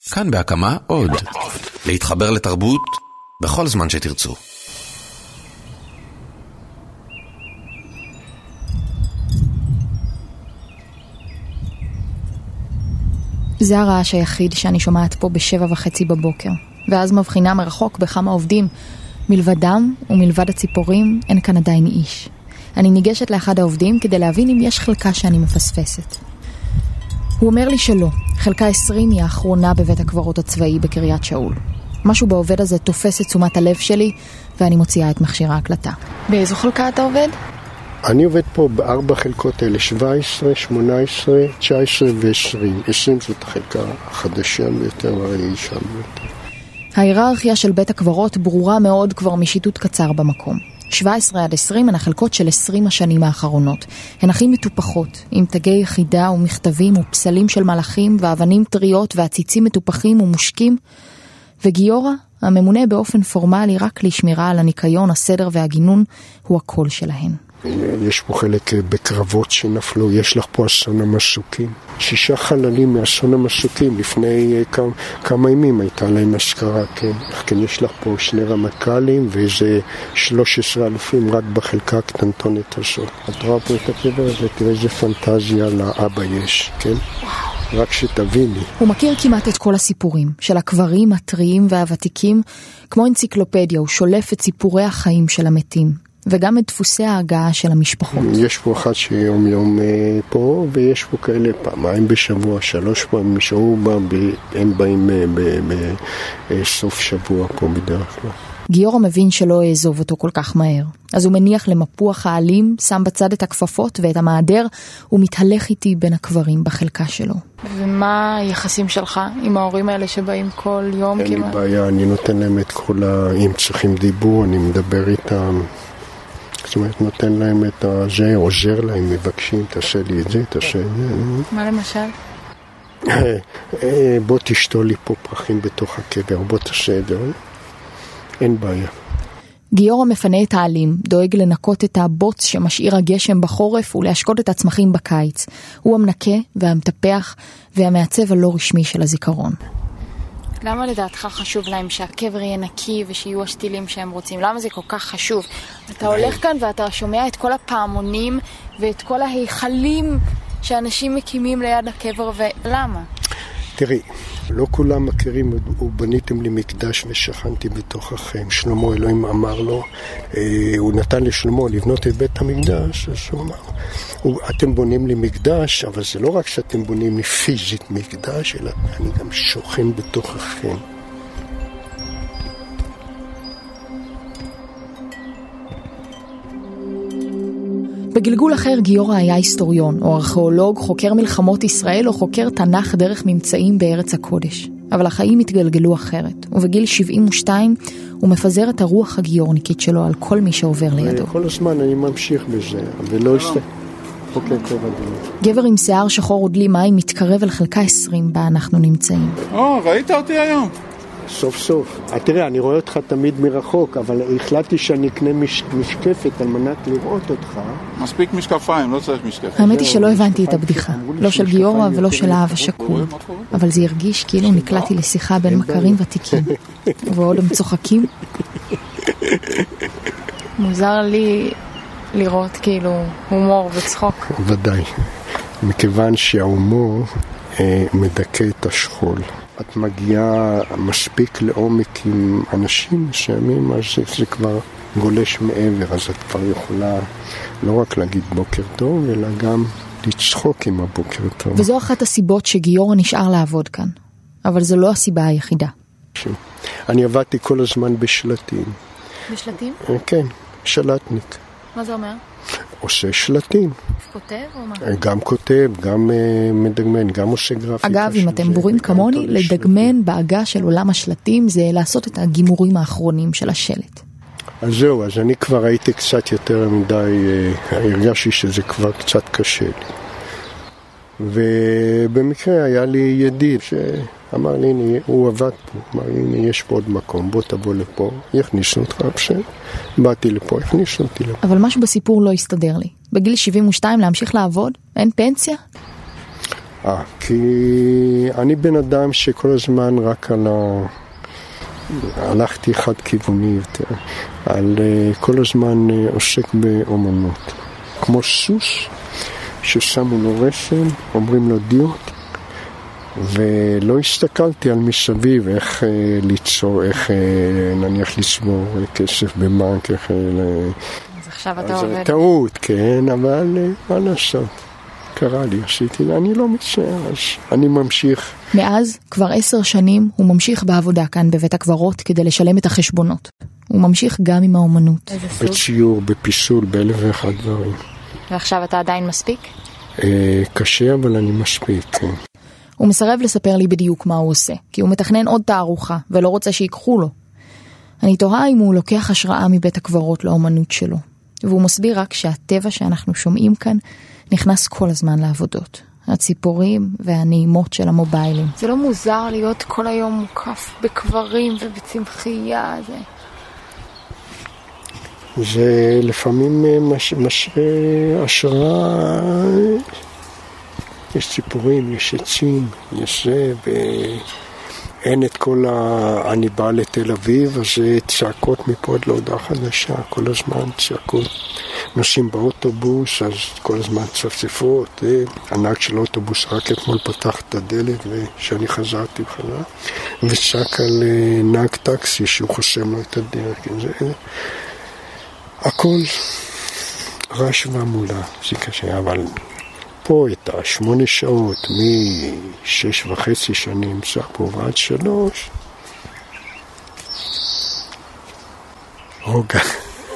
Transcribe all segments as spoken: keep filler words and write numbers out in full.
כאן בהקמה עוד. להתחבר לתרבות בכל זמן שתרצו. זה הרעש היחיד שאני שומעת פה בשבע וחצי בבוקר, ואז מבחינה מרחוק בכמה עובדים. מלבדם ומלבד הציפורים אין כאן עדיין איש. אני ניגשת לאחד העובדים כדי להבין אם יש חלקה שאני מפספסת. הוא אומר לי שלא, חלקה עשרים היא האחרונה בבית הקברות הצבאי בקריית שאול. משהו בעובד הזה תופס את תשומת הלב שלי, ואני מוציאה את מכשיר ההקלטה. באיזו חלקה אתה עובד? אני עובד פה בארבע חלקות האלה, שבע עשרה, שמונה עשרה, תשע עשרה ועשרים. עשרים זאת החלקה החדשה ביותר והרעישה ביותר. ההיררכיה של בית הקברות ברורה מאוד כבר משיטוט קצר במקום. שבע עשרה עד עשרים הן החלקות של עשרים השנים האחרונות. הן הכי מטופחות, עם תגי יחידה ומכתבים ופסלים של מלאכים ואבנים טריות ועציצים מטופחים ומושקים. וגיורא, הממונה באופן פורמלי רק לשמירה על הניקיון, הסדר והגינון, הוא הקול שלהן. יש פה חלק בקרבות שנפלו, יש לך פה אסון המסוקים. שישה חללים מאסון המסוקים, לפני כמה, כמה ימים הייתה להם אזכרה, כן. כן, יש לך פה שני רמטכ"לים ואיזה שלוש עשרה אלפים רק בחלקה הקטנטונת הזאת. את רואה פה את הקבר הזה, תראה איזה פנטזיה לאבא יש, כן? רק שתביני. הוא מכיר כמעט את כל הסיפורים של הקברים הטריים והוותיקים, כמו אנציקלופדיה, הוא שולף את סיפורי החיים של המתים. וגם את דפוסי ההגעה של המשפחות. יש פה אחד שיום יום פה, ויש פה כאלה פעמיים בשבוע, שלוש פעמים שהוא בא, הם באים בסוף שבוע פה בדרך כלל. גיורא מבין שלא יעזוב אותו כל כך מהר. אז הוא מניח למפוח העלים, שם בצד את הכפפות ואת המעדר, ומתהלך איתי בין הקברים בחלקה שלו. ומה היחסים שלך עם ההורים האלה שבאים כל יום? אין לי בעיה, אני נותן להם את כל ה... אם צריכים דיבור, אני מדבר איתם. זאת אומרת, נותן להם את זה, עוזר להם, מבקשים, תעשה לי את זה, תעשה את זה. מה למשל? בוא תשתול לי פה פרחים בתוך הקבר, בוא תעשה את זה. אין בעיה. גיורא מפנה את העלים, דואג לנקות את הבוץ שמשאיר הגשם בחורף ולהשקות את הצמחים בקיץ. הוא המנקה והמטפח והמעצב הלא רשמי של הזיכרון. למה לדעתך חשוב להם שהקבר יהיה נקי ושיהיו השתילים שהם רוצים? למה זה כל כך חשוב? אתה הולך כאן ואתה שומע את כל הפעמונים ואת כל ההיכלים שאנשים מקימים ליד הקבר, ולמה? תראי, לא כולם מכירים, ובניתם לי מקדש ושכנתי בתוככם. שלמה אלוהים אמר לו, אה, הוא נתן לשלמה לבנות את בית המקדש, אז הוא אמר, אתם בונים לי מקדש, אבל זה לא רק שאתם בונים לי פיזית מקדש, אלא אני גם שוכן בתוככם. בגלגול אחר גיורא היה היסטוריון, או ארכיאולוג, חוקר מלחמות ישראל, או חוקר תנ"ך דרך ממצאים בארץ הקודש. אבל החיים התגלגלו אחרת, ובגיל שבעים ושתיים הוא מפזר את הרוח הגיורניקית שלו על כל מי שעובר לידו. כל הזמן אני ממשיך בזה, ולא אסת... אוקיי, טוב, אדוני. גבר עם שיער שחור ודלי מים מתקרב אל חלקה עשרים בה אנחנו נמצאים. או, ראית אותי היום? סוף סוף. תראה, אני רואה אותך תמיד מרחוק, אבל החלטתי שאני אקנה מש... משקפת על מנת לראות אותך. מספיק משקפיים, לא צריך משקפת. האמת היא שלא הבנתי את הבדיחה. לא של גיורא ולא של האב השכול. אבל זה הרגיש כאילו נקלעתי לשיחה בין מכרים ותיקים. ועוד הם צוחקים. מוזר לי לראות כאילו הומור וצחוק. ודאי. מכיוון שההומור אה, מדכא את השכול. את מגיעה מספיק לעומק עם אנשים מסוימים, אז זה, זה כבר גולש מעבר, אז את כבר יכולה לא רק להגיד בוקר טוב, אלא גם לצחוק עם הבוקר טוב. וזו אחת הסיבות שגיורא נשאר לעבוד כאן, אבל זו לא הסיבה היחידה. אני עבדתי כל הזמן בשלטים. בשלטים? כן, שלטניק. מה זה אומר? עושה שלטים. כותב או מה? גם כותב, גם uh, מדגמן, גם עושה גרפיקה. אגב, אם אתם בורים כמוני, לדגמן בעגה של עולם השלטים זה לעשות את הגימורים האחרונים של השלט. אז זהו, אז אני כבר הייתי קצת יותר מדי, uh, הרגשתי שזה כבר קצת קשה לי. ובמקרה היה לי ידיד שאמר לי, הנה, הוא עבד פה, אמר לי, הנה, יש פה עוד מקום, בוא תבוא לפה, יכניסו אותך, בסדר. באתי לפה, הכניסו אותי לפה. אבל משהו בסיפור לא הסתדר לי. בגיל שבעים ושתיים להמשיך לעבוד? אין פנסיה? אה, כי אני בן אדם שכל הזמן רק על ה... הלכתי חד כיווני יותר, על כל הזמן עוסק באומנות. כמו סוס ששמו לו רסן, אומרים לו דיוט, ולא הסתכלתי על מסביב איך ליצור, איך נניח לצבור כסף בבנק, איך... אז עכשיו אתה עובד. זה טעות, כן, אבל מה לעשות? קרה לי, עשיתי, אני לא מצטער, אז אני ממשיך. מאז, כבר עשר שנים, הוא ממשיך בעבודה כאן בבית הקברות כדי לשלם את החשבונות. הוא ממשיך גם עם האומנות. בציור, בפיסול, באלף ואחד דברים. ועכשיו אתה עדיין מספיק? אה, קשה, אבל אני מספיק, כן. הוא מסרב לספר לי בדיוק מה הוא עושה, כי הוא מתכנן עוד תערוכה, ולא רוצה שיקחו לו. אני תוהה אם הוא לוקח השראה מבית הקברות לאומנות שלו. והוא מסביר רק שהטבע שאנחנו שומעים כאן נכנס כל הזמן לעבודות. הציפורים והנעימות של המוביילים. זה לא מוזר להיות כל היום מוקף בקברים ובצמחייה. זה, זה לפעמים מש... מש... השראה. יש ציפורים, יש עצים, יש זה, ואין את כל ה... אני בא לתל אביב, אז זה צעקות מפה עד להודעה חדשה, כל הזמן צעקות. נוסעים באוטובוס, אז כל הזמן צפצפות, הנהג של האוטובוס רק אתמול פתח את הדלת, ושאני חזרתי בחלה, וצעק על נהג טקסי שהוא חוסם לו את הדרך, זה... הכל רעש והמולה, זה קשה, אבל... פה את השמונה שעות, משש וחצי שאני נמצא פה ועד שלוש, רוגע.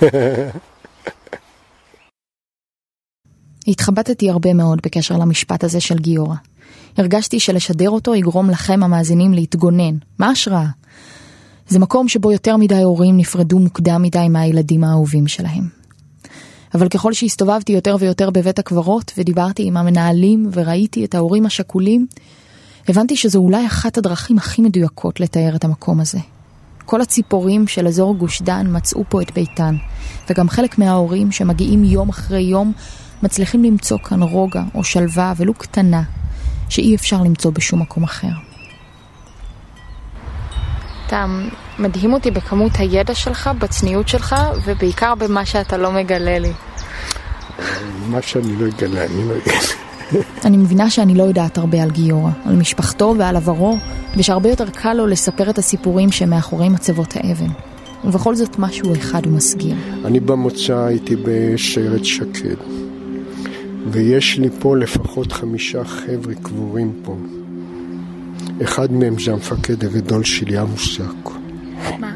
התחבטתי הרבה מאוד בקשר למשפט הזה של גיורא. הרגשתי שלשדר אותו יגרום לכם המאזינים להתגונן. מה השראה? זה מקום שבו יותר מדי הורים נפרדו מוקדם מדי מהילדים האהובים שלהם. אבל ככל שהסתובבתי יותר ויותר בבית הקברות ודיברתי עם המנהלים וראיתי את ההורים השכולים, הבנתי שזו אולי אחת הדרכים הכי מדויקות לתאר את המקום הזה. כל הציפורים של אזור גוש דן מצאו פה את ביתן, וגם חלק מההורים שמגיעים יום אחרי יום מצליחים למצוא כאן רוגע או שלווה ולו קטנה שאי אפשר למצוא בשום מקום אחר. אתה מדהים אותי בכמות הידע שלך, בצניעות שלך, ובעיקר במה שאתה לא מגלה לי. מה שאני לא אגלה, אני לא אגלה. אני מבינה שאני לא יודעת הרבה על גיורא, על משפחתו ועל עברו, ושהרבה יותר קל לו לספר את הסיפורים שמאחורי מצבות האבן. ובכל זאת משהו אחד הוא מסגיר. אני במוצא הייתי בסיירת שקד, ויש לי פה לפחות חמישה חבר'ה קבורים פה. אחד מהם זה המפקד הגדול שלי, עמוס ירקוני. מה?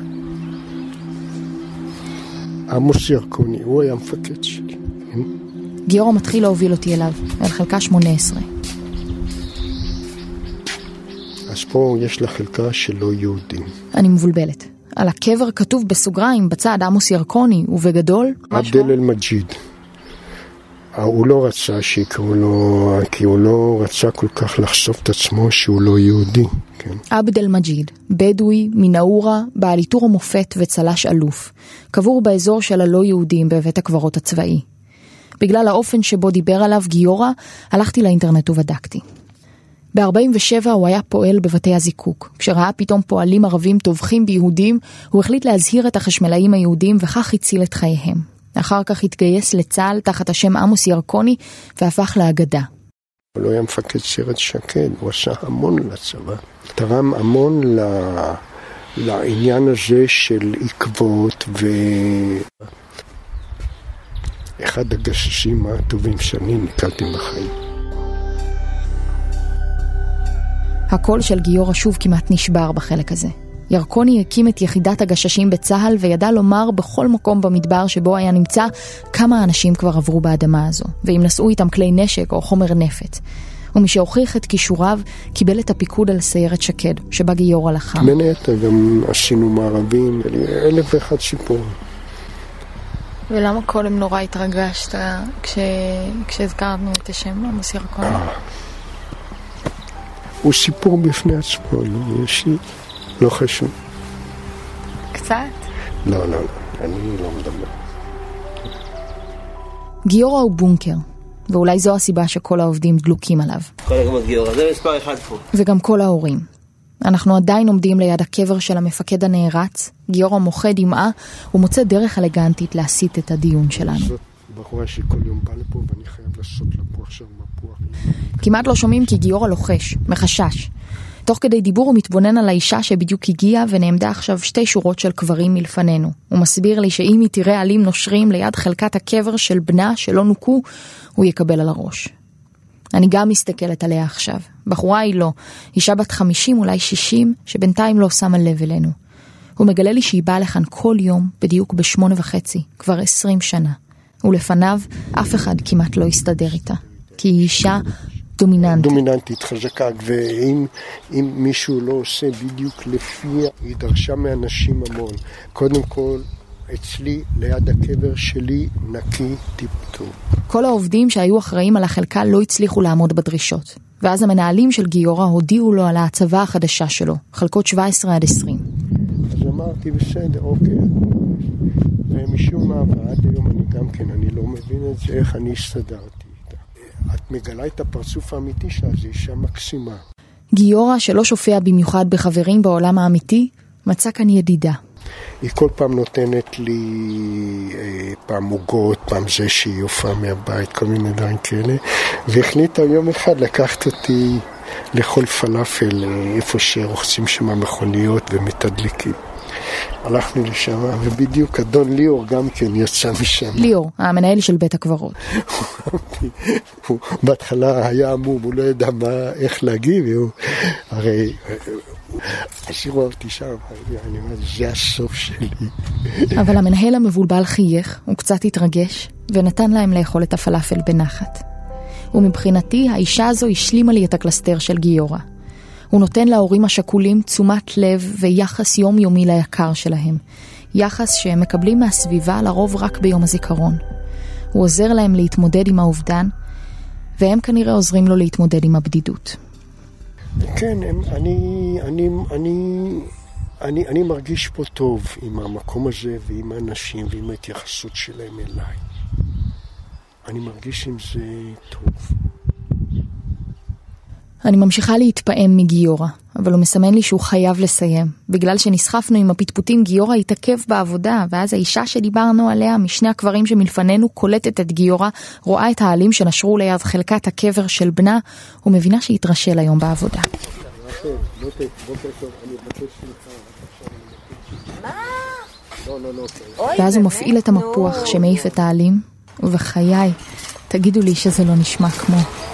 עמוס ירקוני, הוא היה המפקד שלי. גיורא מתחיל להוביל אותי אליו, אל חלקה שמונה עשרה. אז פה יש לה חלקה שלא יהודים. אני מבולבלת. על הקבר כתוב בסוגריים, בצד עמוס ירקוני, ובגדול... עבדל אל-מג'יד. הוא לא רצה שיקראו לו, כי הוא לא רצה כל כך לחשוף את עצמו שהוא לא יהודי. כן. עבד אל-מג'יד, בדואי, מנאורה, בעל עיטור המופת וצלש אלוף, קבור באזור של הלא יהודים בבית הקברות הצבאי. בגלל האופן שבו דיבר עליו גיורא, הלכתי לאינטרנט ובדקתי. ב-ארבעים ושבע הוא היה פועל בבתי הזיקוק. כשראה פתאום פועלים ערבים טובחים ביהודים, הוא החליט להזהיר את החשמלאים היהודים וכך הציל את חייהם. אחר כך התגייס לצה"ל תחת השם עמוס ירקוני והפך לאגדה. הוא לא היה מפקד סיירת שקד, הוא עשה המון לצבא. תרם המון ל... לעניין הזה של עקבות, ואחד הגששים הטובים שאני נקלתי בחיים. הקול של גיורא שוב כמעט נשבר בחלק הזה. ירקוני הקים את יחידת הגששים בצהל וידע לומר בכל מקום במדבר שבו היה נמצא כמה אנשים כבר עברו באדמה הזו, ואם נשאו איתם כלי נשק או חומר נפץ. ומי שהוכיח את כישוריו קיבל את הפיקוד על סיירת שקד, שבה גיורא לחם. בין היתר גם עשינו מערבים, אלף ואחד סיפור. ולמה קודם נורא התרגשת כש... כשהזכרנו את השם עמוס ירקוני? הוא סיפור בפני עצמו, יש לי... לא חשוב. קצת? לא, לא, לא. אני לא מדבר. גיורא הוא בונקר, ואולי זו הסיבה שכל העובדים דלוקים עליו. כל כל הכבוד גיורא, זה מספר אחד פה. וגם כל ההורים. אנחנו עדיין עומדים ליד הקבר של המפקד הנערץ, גיורא מוחה דמעה, ומוצא דרך אלגנטית להסיט את הדיון שלנו. זאת בחורה שכל יום בא לפה ואני חייב לעשות לפה עכשיו מפוח. כמעט לא שומעים כי גיורא לוחש, מחשש. תוך כדי דיבור הוא מתבונן על האישה שבדיוק הגיעה ונעמדה עכשיו שתי שורות של קברים מלפנינו. הוא מסביר לי שאם היא תראה עלים נושרים ליד חלקת הקבר של בנה שלא נוקו, הוא יקבל על הראש. אני גם מסתכלת עליה עכשיו. בחורה היא לא, אישה בת חמישים אולי שישים, שבינתיים לא שמה לב אלינו. הוא מגלה לי שהיא באה לכאן כל יום, בדיוק בשמונה וחצי, כבר עשרים שנה. ולפניו אף אחד כמעט לא יסתדר איתה. כי היא אישה דומיננטית. דומיננטית, חזקה, ואם אם מישהו לא עושה בדיוק לפי, היא דרשה מאנשים המון. קודם כל, אצלי, ליד הקבר שלי, נקי טיפטו. כל העובדים שהיו אחראים על החלקה לא הצליחו לעמוד בדרישות. ואז המנהלים של גיורא הודיעו לו על ההצבה החדשה שלו, חלקות שבע עשרה עד עשרים. אז אמרתי, בסדר, אוקיי. ומשום מה, ועד היום אני גם כן, אני לא מבין את זה, איך אני הסתדרתי. את מגלה את הפרצוף האמיתי שלה, זו אישה מקסימה. גיורא, שלא שופע במיוחד בחברים בעולם האמיתי, מצא כאן ידידה. היא כל פעם נותנת לי אה, פעם מוגות, פעם זה שהיא יופה מהבית, כל מיני דברים כאלה, והחליטה יום אחד לקחת אותי לאכול פלאפל, איפה שרוחצים שם מכוניות ומתדליקים. הלכנו לשם, ובדיוק אדון ליאור גם כן יצא משם. ליאור, המנהל של בית הקברות. הוא בהתחלה היה עמום, הוא לא ידע מה, איך להגיב, והוא, הרי, השאירו אותי שם, אני אומר, זה הסוף שלי. אבל המנהל המבולבל חייך, הוא קצת התרגש, ונתן להם לאכול את הפלאפל בנחת. ומבחינתי, האישה הזו השלימה לי את הקלסטר של גיורא. הוא נותן להורים השכולים תשומת לב ויחס יומיומי ליקר שלהם. יחס שהם מקבלים מהסביבה לרוב רק ביום הזיכרון. הוא עוזר להם להתמודד עם האובדן, והם כנראה עוזרים לו להתמודד עם הבדידות. כן, הם, אני, אני, אני, אני, אני מרגיש פה טוב עם המקום הזה ועם האנשים ועם ההתייחסות שלהם אליי. אני מרגיש עם זה טוב. אני ממשיכה להתפעם מגיורא, אבל הוא מסמן לי שהוא חייב לסיים. בגלל שנסחפנו עם הפטפוטים, גיורא התעכב בעבודה, ואז האישה שדיברנו עליה משני הקברים שמלפנינו קולטת את גיורא, רואה את העלים שנשרו ליד חלקת הקבר של בנה, ומבינה שהתרשל היום בעבודה. ואז הוא מפעיל את המפוח שמעיף את העלים, ובחיי, תגידו לי שזה לא נשמע כמו...